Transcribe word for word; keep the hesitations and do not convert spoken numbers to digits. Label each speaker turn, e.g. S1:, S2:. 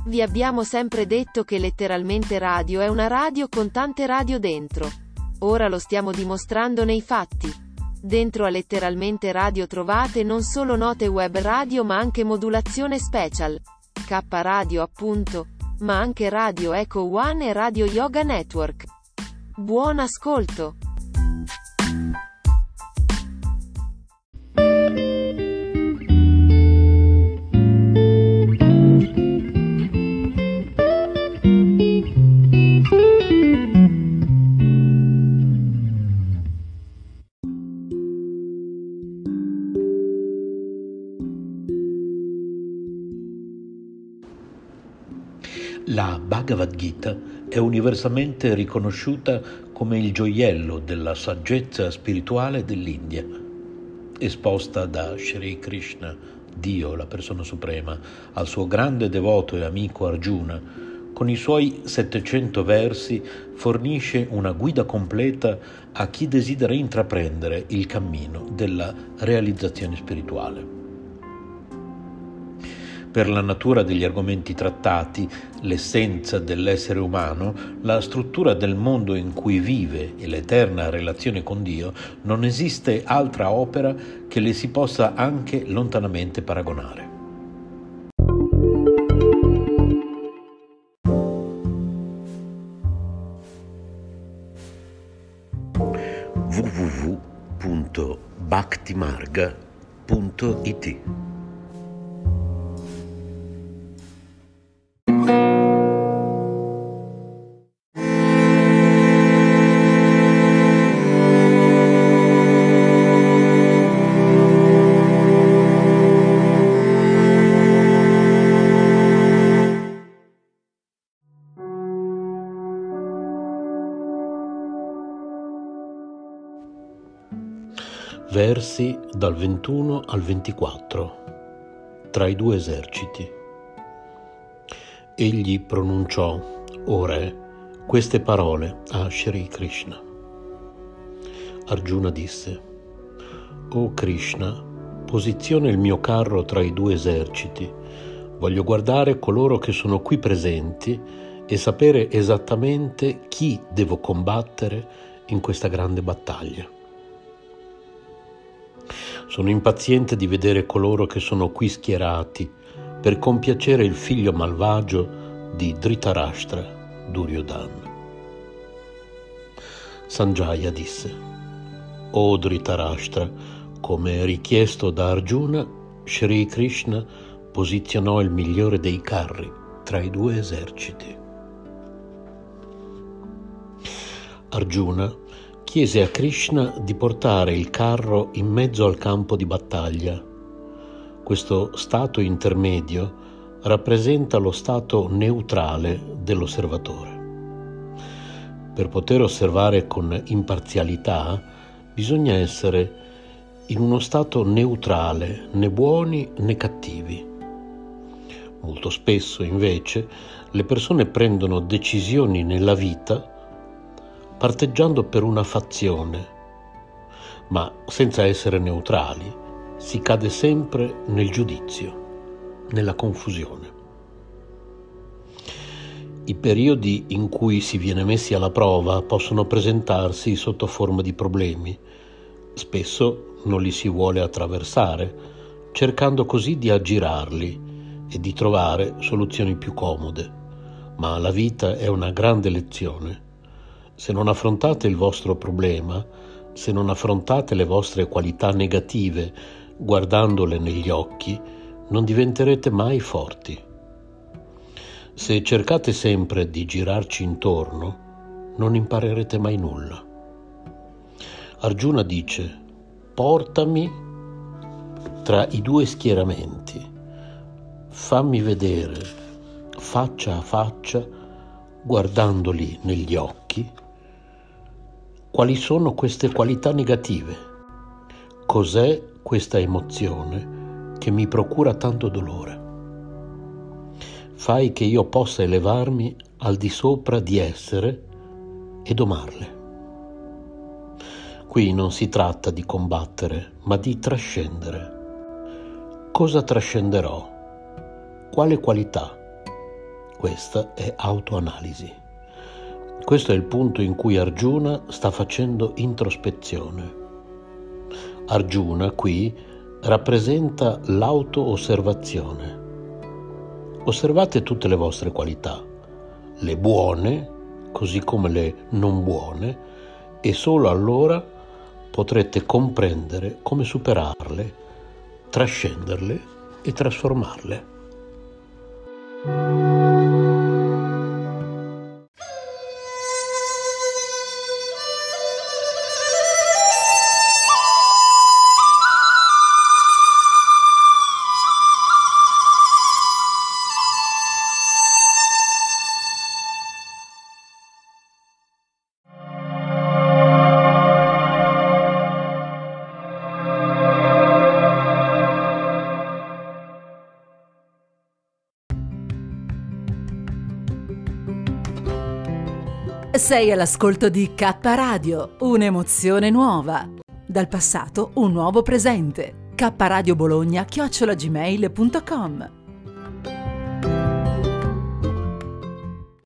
S1: Vi abbiamo sempre detto che Letteralmente Radio è una radio con tante radio dentro. Ora lo stiamo dimostrando nei fatti. Dentro a Letteralmente Radio trovate non solo note web radio ma anche modulazione special. K Radio appunto. Ma anche Radio Echo One e Radio Yoga Network. Buon ascolto!
S2: La Bhagavad Gita è universalmente riconosciuta come il gioiello della saggezza spirituale dell'India. Esposta da Shri Krishna, Dio, la persona suprema, al suo grande devoto e amico Arjuna, con i suoi settecento versi fornisce una guida completa a chi desidera intraprendere il cammino della realizzazione spirituale. Per la natura degli argomenti trattati, l'essenza dell'essere umano, la struttura del mondo in cui vive e l'eterna relazione con Dio, non esiste altra opera che le si possa anche lontanamente paragonare. w w w punto bhaktimarga punto i t Versi dal ventuno al ventiquattro, tra i due eserciti. Egli pronunciò, o re, queste parole a Shri Krishna. Arjuna disse: O Krishna, posiziona il mio carro tra i due eserciti. Voglio guardare coloro che sono qui presenti e sapere esattamente chi devo combattere in questa grande battaglia. Sono impaziente di vedere coloro che sono qui schierati per compiacere il figlio malvagio di Dhritarashtra, Duryodhana. Sanjaya disse: O Dhritarashtra, come richiesto da Arjuna, Shri Krishna posizionò il migliore dei carri tra i due eserciti. Arjuna chiese a Krishna di portare il carro in mezzo al campo di battaglia. Questo stato intermedio rappresenta lo stato neutrale dell'osservatore. Per poter osservare con imparzialità bisogna essere in uno stato neutrale, né buoni né cattivi. Molto spesso, invece, le persone prendono decisioni nella vita parteggiando per una fazione, ma senza essere neutrali si cade sempre nel giudizio, nella confusione. I periodi in cui si viene messi alla prova possono presentarsi sotto forma di problemi. Spesso non li si vuole attraversare, cercando così di aggirarli e di trovare soluzioni più comode. Ma la vita è una grande lezione. Se non affrontate il vostro problema, se non affrontate le vostre qualità negative guardandole negli occhi, non diventerete mai forti. Se cercate sempre di girarci intorno, non imparerete mai nulla. Arjuna dice: portami tra i due schieramenti, fammi vedere faccia a faccia, guardandoli negli occhi, quali sono queste qualità negative? Cos'è questa emozione che mi procura tanto dolore? Fai che io possa elevarmi al di sopra di essere e domarle. Qui non si tratta di combattere, ma di trascendere. Cosa trascenderò? Quale qualità? Questa è autoanalisi. Questo è il punto in cui Arjuna sta facendo introspezione. Arjuna qui rappresenta l'auto-osservazione. Osservate tutte le vostre qualità, le buone così come le non buone, e solo allora potrete comprendere come superarle, trascenderle e trasformarle.
S3: Sei all'ascolto di K Radio, un'emozione nuova. Dal passato un nuovo presente. K Radio Bologna chiocciola gmail punto com